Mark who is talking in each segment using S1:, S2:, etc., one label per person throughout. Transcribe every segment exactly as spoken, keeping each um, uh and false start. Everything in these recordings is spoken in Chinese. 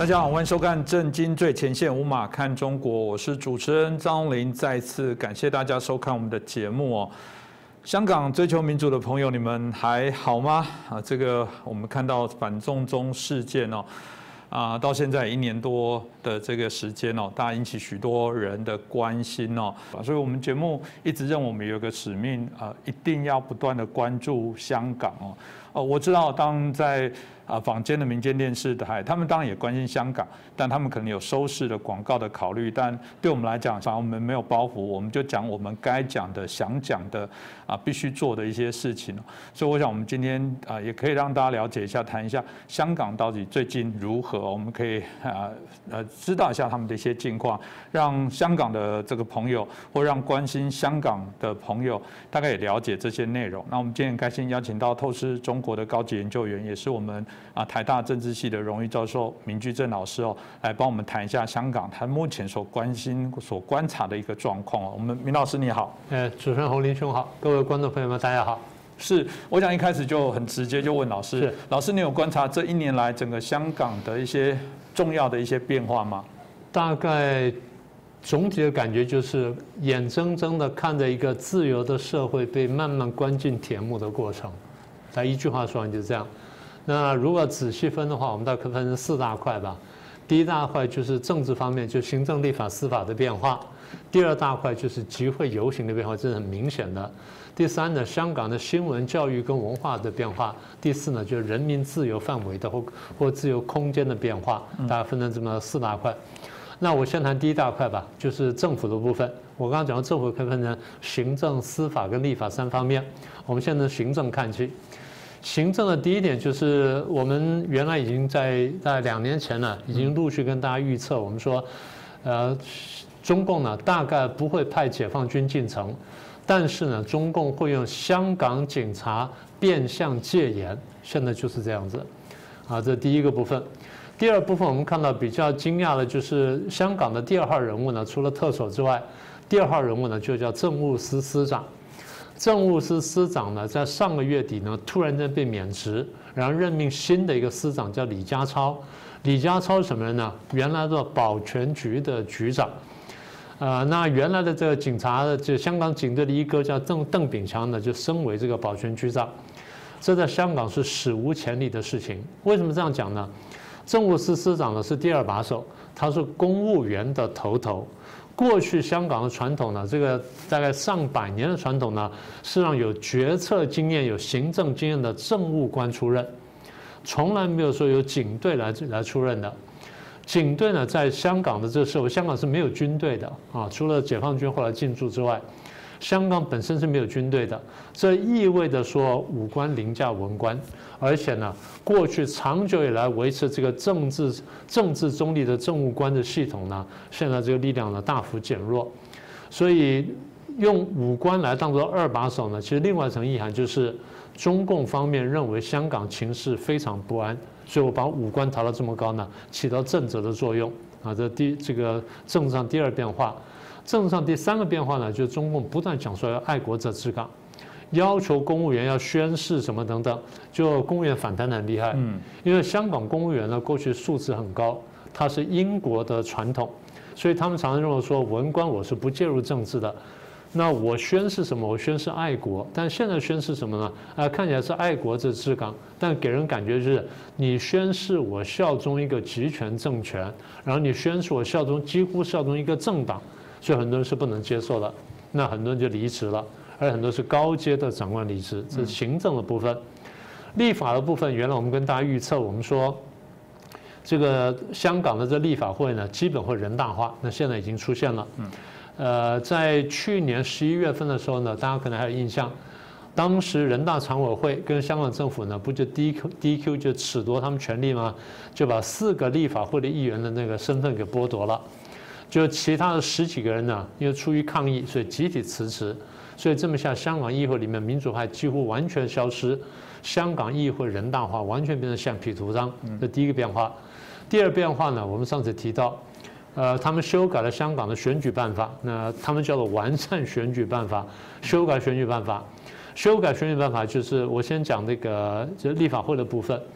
S1: 大家好，欢迎收看《震惊最前线》，无马看中国，我是主持人张荣麟。再次感谢大家收看我们的节目哦。香港追求民主的朋友，你们还好吗？啊，这个我们看到反送中事件哦。 啊，到现在一年多的这个时间哦，大家引起许多人的关心哦，所以我们节目一直认为我们有个使命啊，一定要不断的关注香港哦。哦，我知道当在啊坊间的民间电视台，他们当然也关心香港，但他们可能有收视的广告的考虑，但对我们来讲，反正我们没有包袱，我们就讲我们该讲的、想讲的啊，必须做的一些事情。所以我想我们今天啊，也可以让大家了解一下，谈一下香港到底最近如何。 我们可以啊呃知道一下他们的一些近况，让香港的这个朋友或让关心香港的朋友大概也了解这些内容。那我们今天很开心邀请到透视中国的高级研究员，也是我们啊台大政治系的荣誉教授明居正老师哦，来帮我们谈一下香港他目前所关心、所观察的一个状况哦。我们明老师你好，
S2: 呃，主持人洪麟兄好，各位观众朋友们大家好。
S1: 是，我想一开始就很直接就问老师，老师，你有观察这一年来整个香港的一些重要的一些变化吗？
S2: 大概总体的感觉就是眼睁睁的看着一个自由的社会被慢慢关进铁幕的过程。来一句话说完就是这样。那如果仔细分的话，我们大概分成四大块吧。第一大块就是政治方面，就行政、立法、司法的变化；第二大块就是集会游行的变化，这是很明显的。 第三呢，香港的新闻、教育跟文化的变化；第四呢，就是人民自由范围的或或自由空间的变化。大家分成这么四大块。那我先谈第一大块吧，就是政府的部分。我刚刚讲到政府可以分成行政、司法跟立法三方面。我们现在从行政看起。行政的第一点就是我们原来已经在在两年前呢，已经陆续跟大家预测，我们说，呃，中共呢大概不会派解放军进城。 但是呢，中共会用香港警察变相戒严，现在就是这样子，啊，这第一个部分。第二部分我们看到比较惊讶的就是香港的第二号人物呢，除了特首之外，第二号人物呢就叫政务司司长。政务司司长呢，在上个月底呢突然间被免职，然后任命新的一个司长叫李家超。李家超是什么人呢？原来的保全局的局长。 呃，那原来的这个警察的，就香港警队的一哥叫邓邓炳强呢，就升为这个保全局长，这在香港是史无前例的事情。为什么这样讲呢？政务司司长呢是第二把手，他是公务员的头头。过去香港的传统呢，这个大概上百年的传统呢，是让有决策经验、有行政经验的政务官出任，从来没有说由警队来来出任的。 警队呢，在香港的这个社会，香港是没有军队的啊，除了解放军后来进驻之外，香港本身是没有军队的。这意味着说，武官凌驾文官，而且呢，过去长久以来维持这个政治政治中立的政务官的系统呢，现在这个力量呢大幅减弱，所以用武官来当做二把手呢，其实另外一层意涵就是中共方面认为香港情势非常不安。 所以我把武官抬到这么高呢，起到震慑的作用啊。这第这个政治上第二变化，政治上第三个变化呢，就是中共不断讲说要爱国者治港，要求公务员要宣誓什么等等，就公务员反弹得很厉害。嗯，因为香港公务员呢过去素质很高，它是英国的传统，所以他们常常认为说文官我是不介入政治的。 那我宣誓什么？我宣誓爱国，但现在宣誓什么呢？啊，看起来是爱国者治港，但给人感觉是你宣誓我效忠一个集权政权，然后你宣誓我效忠几乎效忠一个政党，所以很多人是不能接受的。那很多人就离职了，而很多是高阶的长官离职，这是行政的部分。立法的部分，原来我们跟大家预测，我们说这个香港的这立法会呢，基本会人大化，那现在已经出现了。嗯。 呃，在去年十一月份的时候呢，大家可能还有印象，当时人大常委会跟香港政府呢，不就 D Q D Q 就褫夺他们权利吗？就把四个立法会的议员的那个身份给剥夺了，就其他的十几个人呢，因为出于抗议，所以集体辞职，所以这么下，香港议会里面民主派几乎完全消失，香港议会人大化完全变成橡皮图章，这第一个变化。第二变化呢，我们上次提到。 呃，他们修改了香港的选举办法，那他们叫做完善选举办法，修改选举办法，修改选举办法就是我先讲那个就是立法会的部分，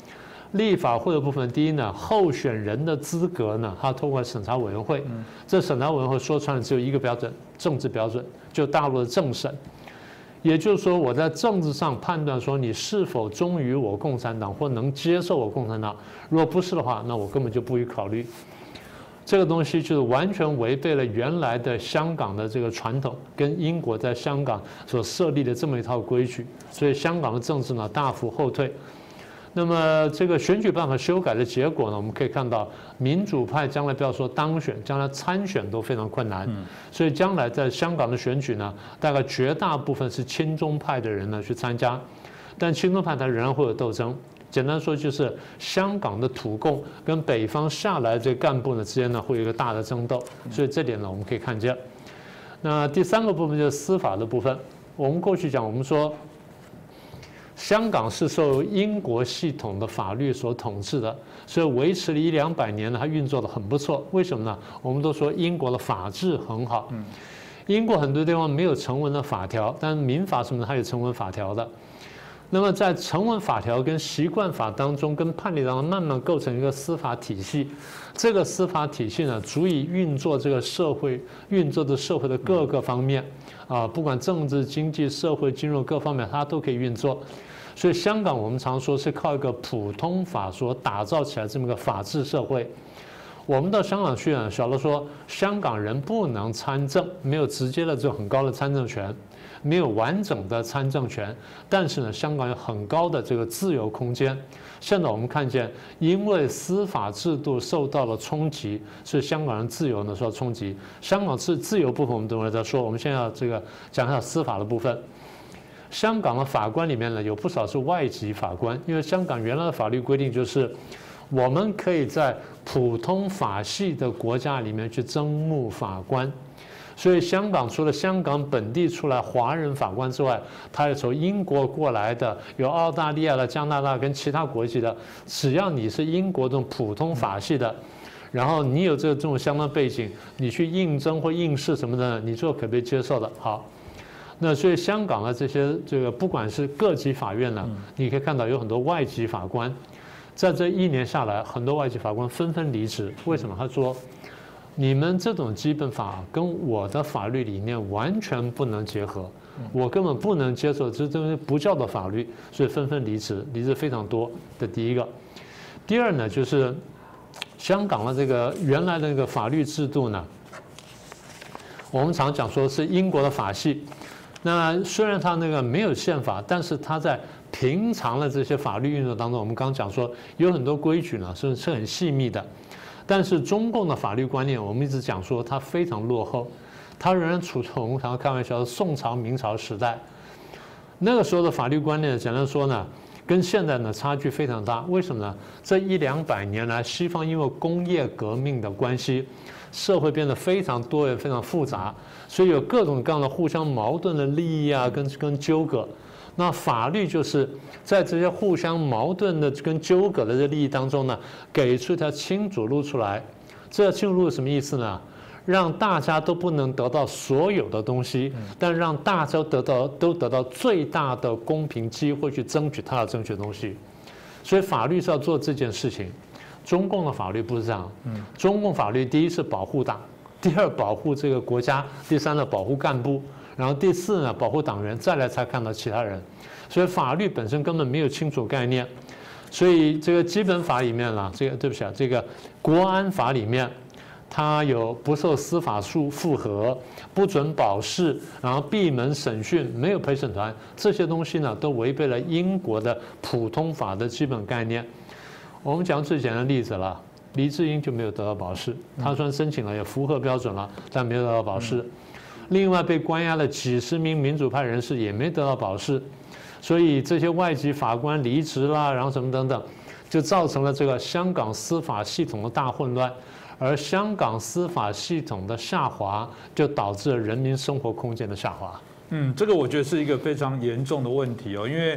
S2: 立法会的部分，第一呢，候选人的资格呢，它通过审查委员会，这审查委员会说穿了只有一个标准，政治标准，就大陆的政审。也就是说，我在政治上判断说你是否忠于我共产党，或能接受我共产党。如果不是的话，那我根本就不予考虑。这个东西就是完全违背了原来的香港的这个传统，跟英国在香港所设立的这么一套规矩，所以香港的政治呢大幅后退。那么这个选举办法修改的结果呢，我们可以看到，民主派将来不要说当选，将来参选都非常困难。所以将来在香港的选举呢，大概绝大部分是亲中派的人呢去参加，但亲中派它仍然会有斗争。简单说就是香港的土共跟北方下来这干部呢之间呢会有一个大的争斗，所以这点呢我们可以看见。那第三个部分就是司法的部分。我们过去讲，我们说香港是受英国系统的法律所统治的，所以维持了一两百年呢，它运作的很不错。为什么呢？我们都说英国的法治很好，英国很多地方没有成文的法条，但民法什么的它有成文法条的。那么在成文法条跟习惯法当中，跟判例当中慢慢构成一个司法体系。这个司法体系呢，足以运作这个社会运作的社会的各个方面啊，不管政治、经济、社会、金融各方面，它都可以运作。所以香港我们常说是靠一个普通法所打造起来这么一个法治社会。我们到香港去呢，小的说香港人不能参政，没有直接的这种很高的参政权，没有完整的参政权，但是呢，香港有很高的这个自由空间。现在我们看见，因为司法制度受到了冲击，所以香港人自由呢受到冲击。香港是自由部分，我们等会再说。我们现在要这个讲一下司法的部分。香港的法官里面呢，有不少是外籍法官，因为香港原来的法律规定就是，我们可以在普通法系的国家里面去征募法官。所以香港除了香港本地出来华人法官之外，他有从英国过来的，有澳大利亚的、加拿大跟其他国籍的，只要你是英国这种普通法系的，然后你有这个这种相当背景，你去应征或应试什么的，你就可被接受的。好，那所以香港的这些这个不管是各级法院呢，你可以看到有很多外籍法官，在这一年下来，很多外籍法官纷纷离职。为什么？他说，你们这种基本法跟我的法律理念完全不能结合，我根本不能接受，这东西不叫做法律，所以纷纷离职，离职非常多。这第一个。第二呢，就是香港的这个原来的那个法律制度呢，我们常讲说是英国的法系。那虽然它那个没有宪法，但是它在平常的这些法律运作当中，我们刚刚讲说有很多规矩呢是是很细密的。但是中共的法律观念，我们一直讲说它非常落后，它仍然处从我们常开玩笑的宋朝、明朝时代。那个时候的法律观念，简单说呢，跟现在呢差距非常大。为什么呢？这一两百年来，西方因为工业革命的关系，社会变得非常多元、非常复杂，所以有各种各样的互相矛盾的利益啊，跟跟纠葛。那法律就是在这些互相矛盾的跟纠葛的这利益当中呢，给出一条清主路出来。这条清主路什么意思呢？让大家都不能得到所有的东西，但让大家得到都得到最大的公平机会去争取他要争取的东西。所以法律是要做这件事情。中共的法律不是这样。中共法律第一是保护党，第二保护这个国家，第三呢保护干部。然后第四呢，保护党员，再来才看到其他人，所以法律本身根本没有清楚概念。所以这个基本法里面啦，这个对不起啊，这个国安法里面，它有不受司法诉复核、不准保释，然后闭门审讯，没有陪审团，这些东西呢，都违背了英国的普通法的基本概念。我们讲最简单的例子了，黎智英就没有得到保释，他虽然申请了也符合标准了，但没有得到保释。另外被关押了几十名民主派人士也没得到保释，所以这些外籍法官离职啦，然后什么等等，就造成了这个香港司法系统的大混乱，而香港司法系统的下滑，就导致了人民生活空间的下滑。
S1: 嗯，这个我觉得是一个非常严重的问题哦，因为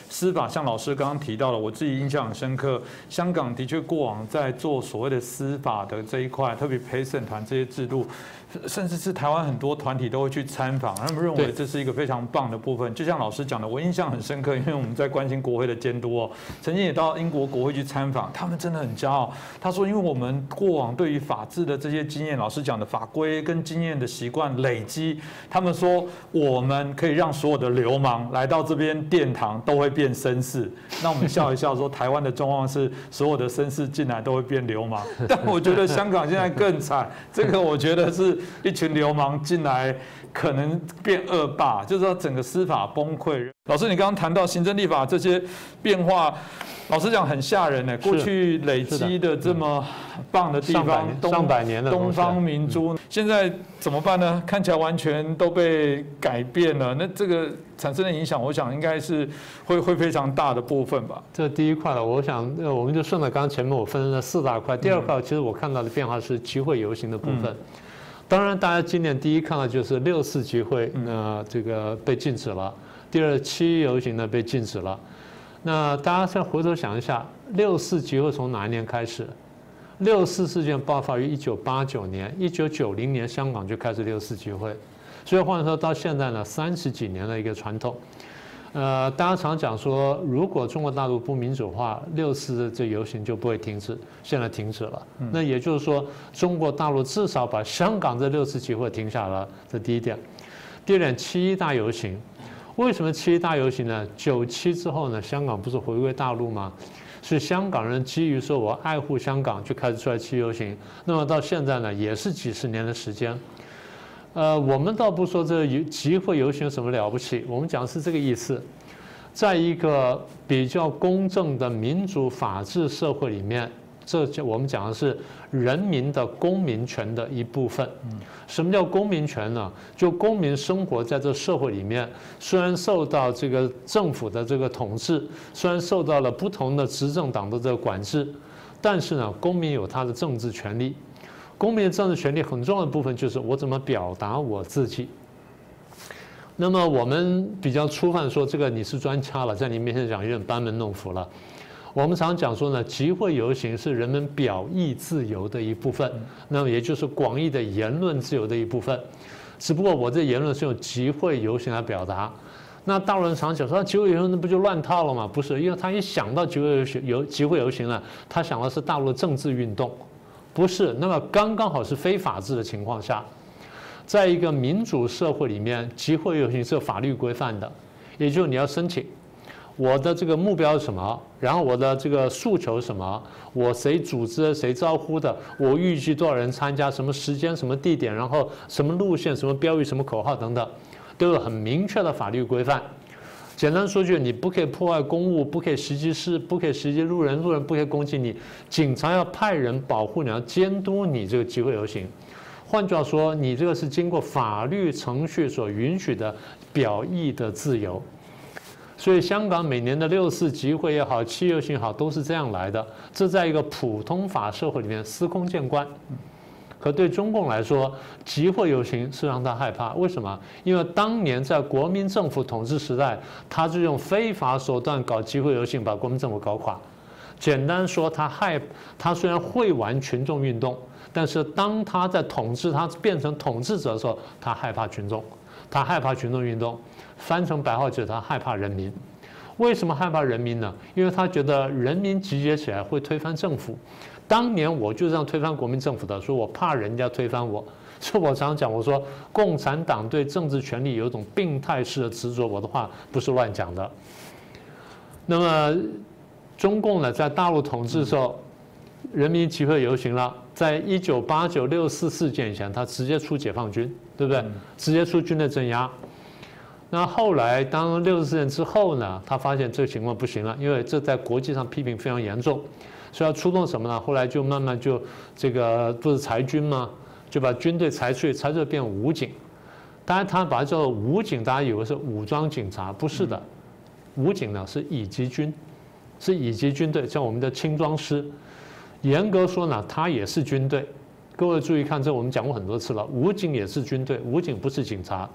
S1: 司法像老师刚刚提到的，我自己印象很深刻，香港的确过往在做所谓的司法的这一块，特别陪审团这些制度。甚至是台湾很多团体都会去参访，他们认为这是一个非常棒的部分。就像老师讲的，我印象很深刻，因为我们在关心国会的监督哦，曾经也到英国国会去参访，他们真的很骄傲。他说，因为我们过往对于法治的这些经验，老师讲的法规跟经验的习惯累积，他们说我们可以让所有的流氓来到这边殿堂都会变绅士。那我们笑一笑说，台湾的状况是所有的绅士进来都会变流氓，但我觉得香港现在更惨，这个我觉得是。一群流氓进来，可能变恶霸，就是说整个司法崩溃。老师，你刚刚谈到行政立法这些变化，老实讲很吓人呢。过去累积的这么棒的地方，
S2: 上百年的
S1: 东方明珠，现在怎么办呢？看起来完全都被改变了。那这个产生的影响，我想应该是会会非常大的部分吧。
S2: 这第一块了，我想我们就顺着刚刚前面我分了四大块。第二块，其实我看到的变化是集会游行的部分。嗯当然，大家今年第一看到就是六四集会，那这个被禁止了；第二七一游行呢被禁止了。那大家再回头想一下，六四集会从哪一年开始？六四事件爆发于一九八九年，一九九零年香港就开始六四集会，所以换句话说，到现在呢三十几年的一个传统。呃，大家常讲说，如果中国大陆不民主化，六四的这游行就不会停止，现在停止了。那也就是说，中国大陆至少把香港这六次集会停下了，这第一点。第二点，七一大游行，为什么七一大游行呢？九七之后呢，香港不是回归大陆吗？是香港人基于说我爱护香港，就开始出来七一游行。那么到现在呢，也是几十年的时间。呃，我们倒不说这集会游行有什么了不起，我们讲的是这个意思，在一个比较公正的民主法治社会里面，这我们讲的是人民的公民权的一部分。什么叫公民权呢？就公民生活在这社会里面，虽然受到这个政府的这个统治，虽然受到了不同的执政党的这个管制，但是呢，公民有他的政治权利。公民的政治权利很重要的部分就是我怎么表达我自己。那么我们比较粗泛说，这个你是专家了，在你面前讲有点班门弄斧了。我们常讲说呢，集会游行是人们表意自由的一部分，那么也就是广义的言论自由的一部分。只不过我这言论是用集会游行来表达。那大陆人常讲说，集会游行那不就乱套了吗？不是，因为他一想到集会游行游集会游行了，他想的是大陆的政治运动。不是，那么刚刚好是非法治的情况下，在一个民主社会里面，集会游行是有法律规范的，也就是你要申请，我的这个目标是什么，然后我的这个诉求是什么，我谁组织谁招呼的，我预计多少人参加，什么时间什么地点，然后什么路线什么标语什么口号等等，都有很明确的法律规范。简单说句，你不可以破坏公物，不可以袭击市，不可以袭击路人，路人不可以攻击你，警察要派人保护你，要监督你这个集会游行。换句话说，你这个是经过法律程序所允许的表意的自由。所以香港每年的六四集会也好，七一游行也好，都是这样来的。这在一个普通法社会里面司空见惯。可对中共来说，集会游行是让他害怕。为什么？因为当年在国民政府统治时代，他就用非法手段搞集会游行，把国民政府搞垮。简单说，他害他虽然会玩群众运动，但是当他在统治，他变成统治者的时候，他害怕群众，他害怕群众运动。翻成白话就是他害怕人民。为什么害怕人民呢？因为他觉得人民集结起来会推翻政府。当年我就这样推翻国民政府的，所以我怕人家推翻我。所以我常讲，我说共产党对政治权力有一种病态式的执着，我的话不是乱讲的。那么中共呢，在大陆统治的时候，人民集会游行了，在一九八九六四事件以前，他直接出解放军，对不对？直接出军队镇压。那后来当六四事件之后呢，他发现这个情况不行了，因为这在国际上批评非常严重。所以要出动什么呢？后来就慢慢就这个不是裁军吗？就把军队裁出去，裁出去变武警。当然他把它叫做武警，大家以为是武装警察，不是的。武警呢是乙级军，是乙级军队，像我们的轻装师。严格说呢，它也是军队。各位注意看，这我们讲过很多次了，武警也是军队，武警不是警察。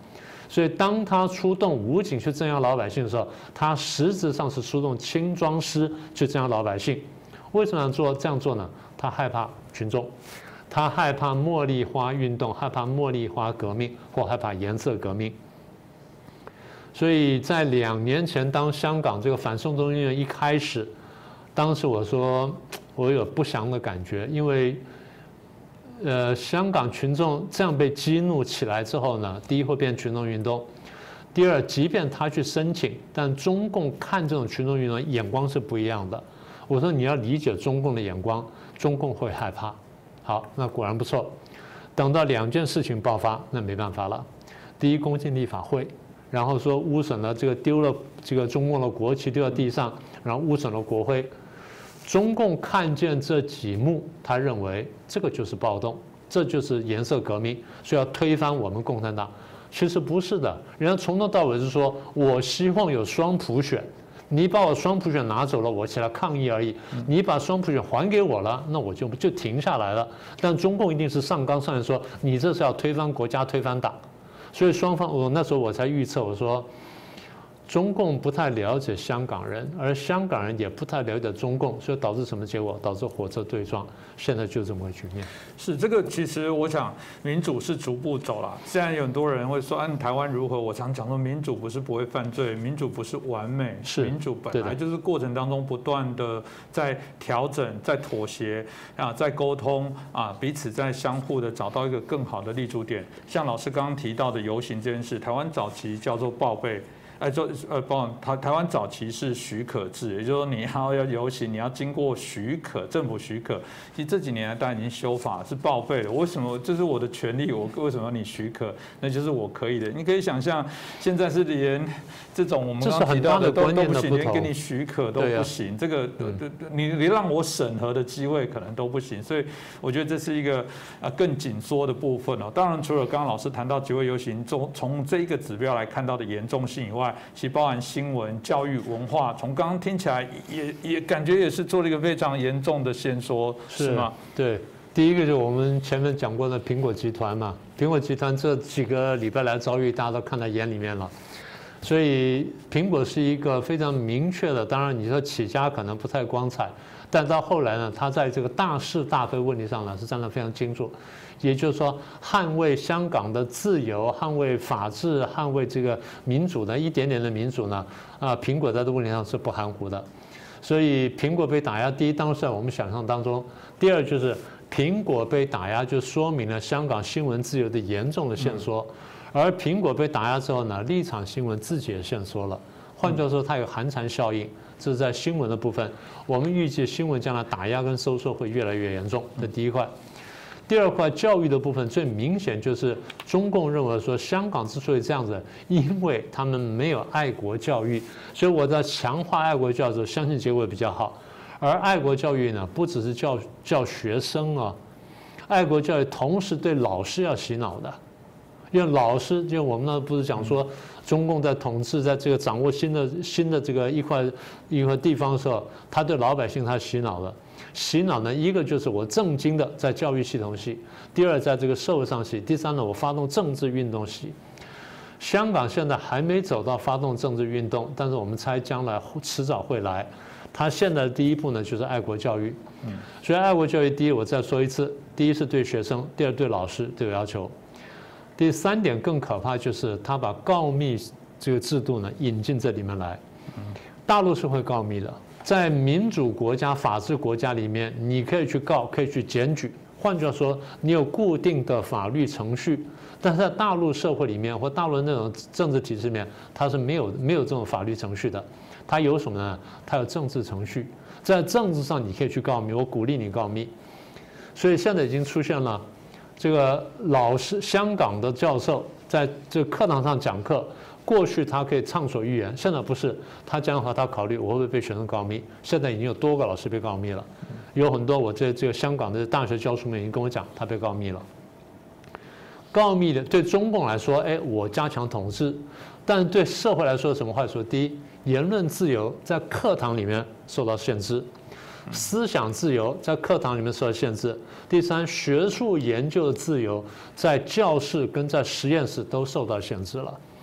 S2: 所以当他出动武警去镇压老百姓的时候，他实质上是出动轻装师去镇压老百姓。为什么要做这样做呢？他害怕群众，他害怕茉莉花运动，害怕茉莉花革命，或害怕颜色革命。所以在两年前，当香港这个反送中运动一开始，当时我说我有不祥的感觉，因为呃，香港群众这样被激怒起来之后呢，第一会变群众运动，第二，即便他去申请，但中共看这种群众运动眼光是不一样的。我说你要理解中共的眼光，中共会害怕。好，那果然不错。等到两件事情爆发，那没办法了。第一，攻进立法会，然后说污损了这个丢了这个中共的国旗丢到地上，然后污损了国徽。中共看见这几幕，他认为这个就是暴动，这就是颜色革命，所以要推翻我们共产党。其实不是的，人家从头到尾是说，我希望有双普选，你把我双普选拿走了，我起来抗议而已。你把双普选还给我了，那我就就停下来了。但中共一定是上纲上线说，你这是要推翻国家、推翻党。所以双方，我那时候我才预测，我说。中共不太了解香港人，而香港人也不太了解中共，所以导致什么结果？导致火车对撞，现在就这么个局面。
S1: 是这个，其实我想民主是逐步走啦。现在有很多人会说，按台湾如何？我常讲说，民主不是不会犯罪，民主不是完美，
S2: 是
S1: 民主本来就是过程当中不断的在调整、在妥协啊，在沟通啊，彼此在相互的找到一个更好的立足点。像老师刚刚提到的游行这件事，台湾早期叫做报备。哎，就呃，不，台台湾早期是许可制，也就是说你要要游行，你要经过许可，政府许可。其实这几年大家已经修法是报备了。为什么？这是我的权利，我为什么要你许可？那就是我可以的。你可以想象，现在是连这种我们刚刚提到的都都不行，连给你许可都不行。这个你你让我审核的机会可能都不行。所以我觉得这是一个啊更紧缩的部分哦。当然，除了刚刚老师谈到集会游行，从从这一个指标来看到的严重性以外，其实包含新闻、教育、文化，从刚刚听起来也也感觉也是做了一个非常严重的限缩，是吗？
S2: 对，第一个就是我们前面讲过的苹果集团嘛，苹果集团这几个礼拜来遭遇，大家都看在眼里面了。所以苹果是一个非常明确的，当然你说起家可能不太光彩，但到后来呢，它在这个大是大非问题上呢是站得非常清楚。也就是说，捍卫香港的自由、捍卫法治、捍卫这个民主的一点点的民主呢，啊，苹果在这问题上是不含糊的。所以苹果被打压，第一当然是在我们想象当中；第二就是苹果被打压，就说明了香港新闻自由的严重的限缩。而苹果被打压之后呢，立场新闻自己也限缩了。换句话说，它有寒蝉效应，这是在新闻的部分。我们预计新闻将来打压跟收缩会越来越严重，这第一块。第二块教育的部分最明显就是中共认为说香港之所以这样子，因为他们没有爱国教育，所以我在强化爱国教育的时候，相信结果比较好。而爱国教育呢，不只是教教学生啊，爱国教育同时对老师要洗脑的，因为老师，就我们那不是讲说中共在统治，在这个掌握新的新的这个一块一块地方的时候，他对老百姓他洗脑了。洗脑呢，一个就是我正经的在教育系统洗，第二在这个社会上洗，第三呢我发动政治运动洗。香港现在还没走到发动政治运动，但是我们猜将来迟早会来。他现在的第一步呢就是爱国教育，所以爱国教育第一我再说一次，第一是对学生，第二对老师都有要求。第三点更可怕就是他把告密这个制度呢引进这里面来，大陆是会告密的。在民主国家、法治国家里面，你可以去告，可以去检举。换句话说，你有固定的法律程序。但是在大陆社会里面，或大陆那种政治体制里面，它是没有没有这种法律程序的。它有什么呢？它有政治程序。在政治上，你可以去告密，我鼓励你告密。所以现在已经出现了，这个老师，香港的教授在这课堂上讲课。过去他可以畅所欲言，现在不是。他将和他考虑我会不会被学生告密。现在已经有多个老师被告密了，有很多我在这个香港的大学教授们已经跟我讲，他被告密了。告密的对中共来说，哎，我加强统治；但对社会来说，什么坏处？第一，言论自由在课堂里面受到限制，思想自由在课堂里面受到限制；第三，学术研究的自由在教室跟在实验室都受到限制了。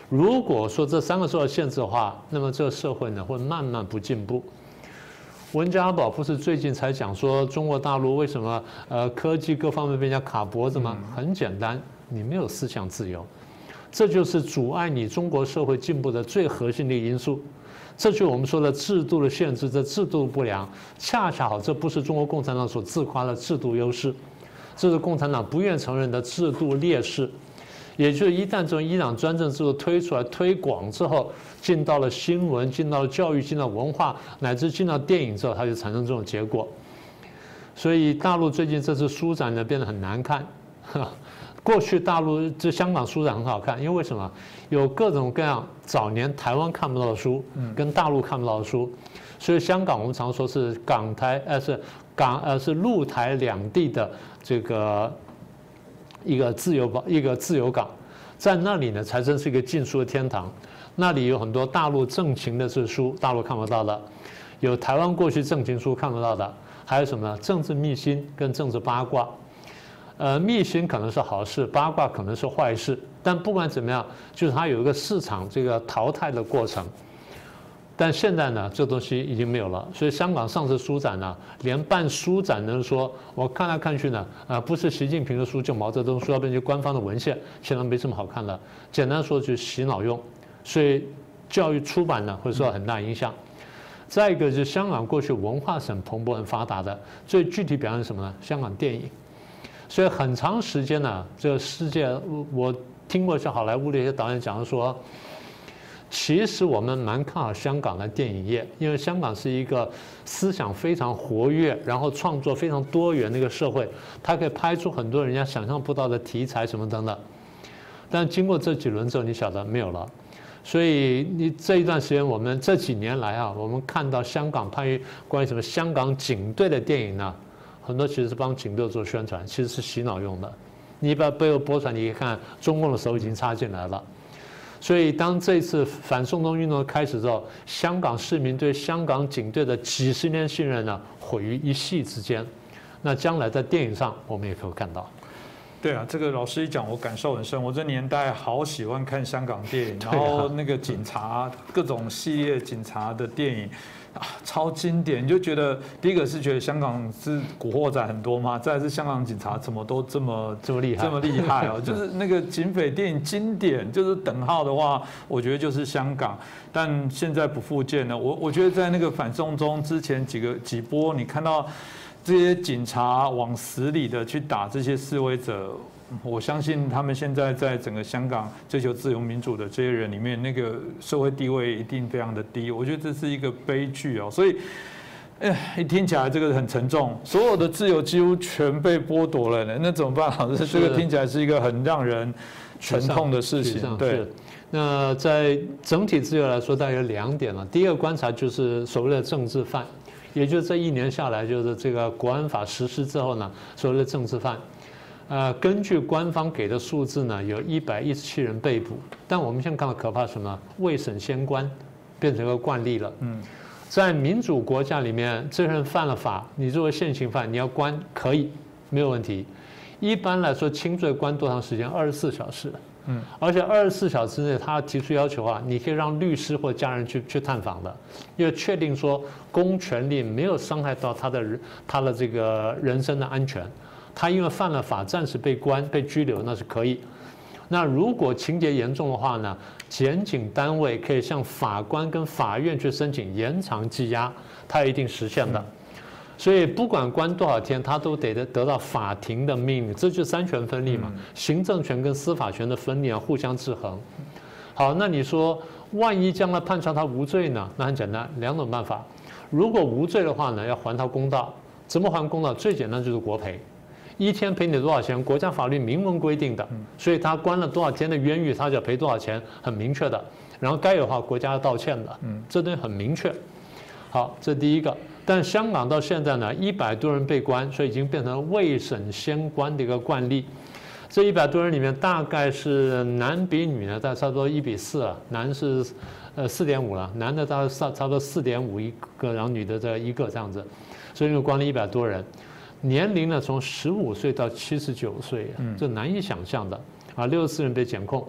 S2: 如果说这三个受到限制的话，那么这个社会呢会慢慢不进步。温家宝不是最近才讲说中国大陆为什么呃科技各方面被人家卡脖子吗？很简单，你没有思想自由，这就是阻碍你中国社会进步的最核心的因素。这就是我们说的制度的限制，这制度不良，恰恰好这不是中国共产党所自夸的制度优势，这是共产党不愿承认的制度劣势。也就是一旦这种一党专政制度推出来推广之后，进到了新闻，进到了教育，进到文化，乃至进到电影之后，它就产生这种结果。所以大陆最近这次书展呢变得很难看。过去大陆这香港书展很好看，因为为什么？有各种各样早年台湾看不到的书，跟大陆看不到的书，所以香港我们常说是港台呃是港呃是陆台两地的这个。一个自由港，一个自由港，在那里呢，才真是一个禁书的天堂。那里有很多大陆政情的这书，大陆看不到的；有台湾过去政情书看不到的，还有什么呢？政治秘辛跟政治八卦。呃，秘辛可能是好事，八卦可能是坏事，但不管怎么样，就是它有一个市场这个淘汰的过程。但现在呢，这东西已经没有了，所以香港上次书展呢，连办书展的人说，我看来看去呢，啊，不是习近平的书，就毛泽东书，要不然就官方的文献，显然没什么好看的。简单说就是洗脑用，所以教育出版呢会受到很大影响。再一个就是香港过去文化是很蓬勃、很发达的，最具体表现是什么呢？香港电影，所以很长时间呢，这个世界我听过像好莱坞的一些导演讲说。其实我们蛮看好香港的电影业，因为香港是一个思想非常活跃，然后创作非常多元的一个社会，它可以拍出很多人家想象不到的题材什么等等。但经过这几轮之后，你晓得没有了。所以你这一段时间，我们这几年来啊，我们看到香港拍关于什么香港警队的电影呢，很多其实是帮警队做宣传，其实是洗脑用的。你把背后播出来，你一看，中共的手已经插进来了。所以，当这次反送中运动开始之后，香港市民对香港警队的几十年信任呢，毁于一夕之间。那将来在电影上，我们也可以看到。
S1: 对啊，这个老师一讲，我感受很深。我这年代好喜欢看香港电影，然后那个警察各种系列警察的电影。啊，超经典！你就觉得第一个是觉得香港是古惑仔很多嘛，再来是香港警察怎么都这么
S2: 这么厉害，
S1: 这么厉害哦，就是那个警匪电影经典，就是等号的话，我觉得就是香港。但现在不复见了。我我觉得在那个反送中之前几个几波，你看到这些警察往死里的去打这些示威者。我相信他们现在在整个香港追求自由民主的这些人里面，那个社会地位一定非常的低。我觉得这是一个悲剧哦，所以，哎，一听起来这个很沉重，所有的自由几乎全被剥夺了呢，那怎么办？老师，这个听起来是一个很让人沉痛的事情。对。
S2: 那在整体自由来说，大概有两点了。第一个观察就是所谓的政治犯，也就是这一年下来，就是这个国安法实施之后呢，所谓的政治犯。呃，根据官方给的数字呢，有一百一十七人被捕，但我们现在看到可怕什么？未审先关，变成一个惯例了。嗯，在民主国家里面，这人犯了法，你作为现行犯，你要关可以，没有问题。一般来说，轻罪关多长时间？二十四小时。嗯，而且二十四小时内他提出要求啊，你可以让律师或家人去去探访的，因为确定说公权力没有伤害到他的他的这个人身的安全。他因为犯了法，暂时被关、被拘留，那是可以。那如果情节严重的话呢，检警单位可以向法官跟法院去申请延长羁押，它一定实现的。所以不管关多少天，他都得得到法庭的命令，这就是三权分立嘛，行政权跟司法权的分立啊，互相制衡。好，那你说万一将来判查他无罪呢？那很简单，两种办法。如果无罪的话呢，要还他公道。怎么还公道？最简单就是国赔。一天赔你多少钱？国家法律明文规定的，所以他关了多少天的冤狱，他就要赔多少钱，很明确的。然后该有的话，国家要道歉的，这东西很明确。好，这第一个。但香港到现在呢，一百多人被关，所以已经变成未审先关的一个惯例。这一百多人里面，大概是男比女呢，大概差不多一比四了，男是呃四点五了，男的大概差差不多四点五一个，然后女的这一个这样子，所以就关了一百多人。年龄呢，从十五岁到七十九岁，这难以想象的啊！六十四人被检控，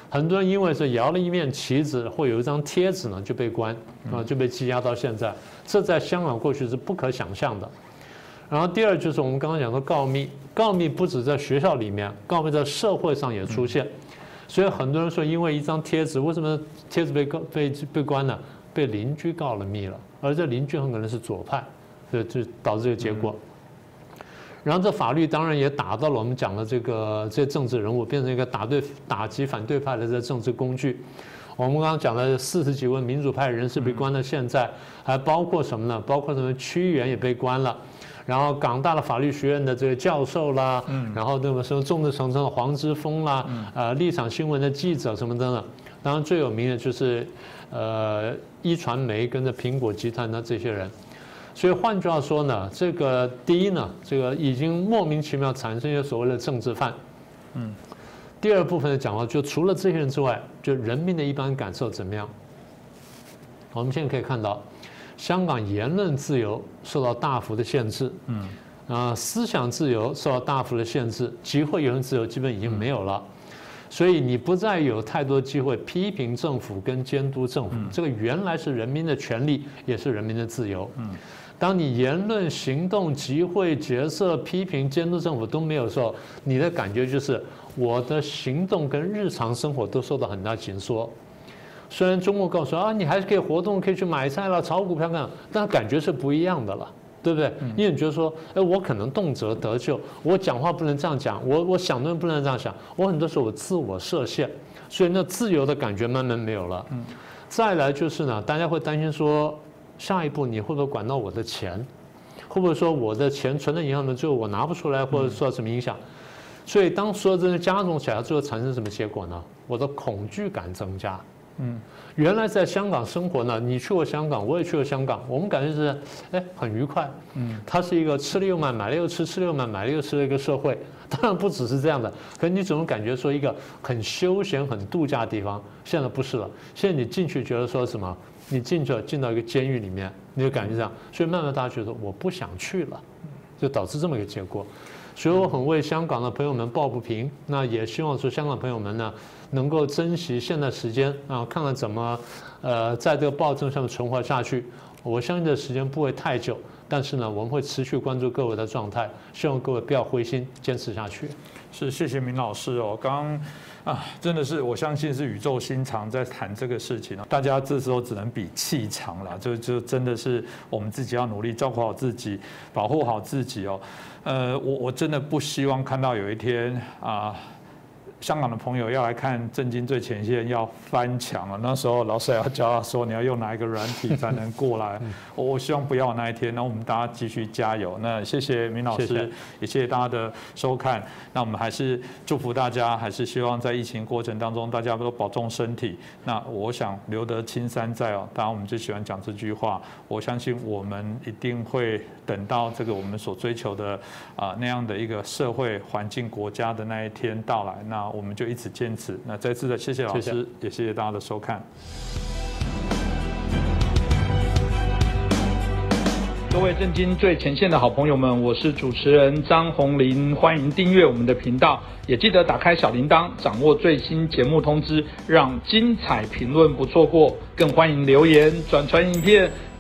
S2: 很多人因为是摇了一面旗子或有一张贴纸呢就被关啊，就被羁押到现在，这在香港过去是不可想象的。然后第二就是我们刚刚讲的告密，告密不止在学校里面，告密在社会上也出现。所以很多人说，因为一张贴纸，为什么贴纸被告被被关了？被邻居告了密了，而这邻居很可能是左派，所以就导致这个结果。然后这法律当然也打到了我们讲的这个这些政治人物，变成一个打对打击反对派的这政治工具。我们刚刚讲了四十几位民主派人士被关到现在，还包括什么呢？包括什么区议员也被关了。然后港大的法律学院的这个教授啦，嗯，然后那个什么众志成城的黄之锋啦，嗯，呃，立场新闻的记者什么的呢？当然最有名的就是，呃，一传媒跟着苹果集团的这些人。所以换句话说呢，这个第一呢，这个已经莫名其妙产生一些所谓的政治犯，嗯。第二部分的讲话，就除了这些人之外，就人民的一般感受怎么样？我们现在可以看到。香港言论自由受到大幅的限制，嗯，啊，思想自由受到大幅的限制，集会言论自由基本已经没有了，所以你不再有太多机会批评政府跟监督政府，这个原来是人民的权利，也是人民的自由，嗯，当你言论、行动、集会、决策、批评、监督政府都没有的时候，你的感觉就是我的行动跟日常生活都受到很大紧缩。虽然中国告诉啊，你还是可以活动，可以去买菜了、炒股票干，但感觉是不一样的了，对不对？因为你觉得说，哎，我可能动辄得咎，我讲话不能这样讲，我我想东西不能这样想，我很多时候我自我设限，所以那自由的感觉慢慢没有了。再来就是呢，大家会担心说，下一步你会不会管到我的钱？会不会说我的钱存在银行里面，最后我拿不出来，或者受到什么影响？所以当所有这些加重起来，最后产生什么结果呢？我的恐惧感增加。嗯，原来在香港生活呢，你去过香港，我也去过香港，我们感觉是，哎，很愉快。嗯，它是一个吃了又买，买了又吃，吃了又买，买了又吃的一个社会。当然不只是这样的，可你总感觉说一个很休闲、很度假的地方，现在不是了。现在你进去觉得说什么？你进去进到一个监狱里面，你就感觉这样，所以慢慢大家觉得我不想去了，就导致这么一个结果。所以我很为香港的朋友们抱不平，那也希望说香港朋友们呢，能够珍惜现在时间啊，看看怎么，呃，在这个暴政上面存活下去。我相信这时间不会太久，但是呢，我们会持续关注各位的状态，希望各位不要灰心，坚持下去。
S1: 是，谢谢明老师哦。刚刚啊，真的是我相信是宇宙心肠在谈这个事情，大家这时候只能比气场了，就就真的是我们自己要努力照顾好自己，保护好自己哦。呃，我我真的不希望看到有一天啊。香港的朋友要来看《震惊最前线》，要翻墙了。那时候老师要教他说，你要用哪一个软体才能过来。我我希望不要那一天。那我们大家继续加油。那谢谢明老师，谢谢也谢谢大家的收看。那我们还是祝福大家，还是希望在疫情过程当中，大家都保重身体。那我想留得青山在哦。当然我们最喜欢讲这句话。我相信我们一定会等到这个我们所追求的啊、呃、那样的一个社会环境、国家的那一天到来。那我们就一直坚持。那再次的谢谢老师，谢谢也谢谢大家的收看。各位震惊最前线的好朋友们，我是主持人张宏林，欢迎订阅我们的频道，也记得打开小铃铛，掌握最新节目通知，让精彩评论不错过。更欢迎留言、转传影片、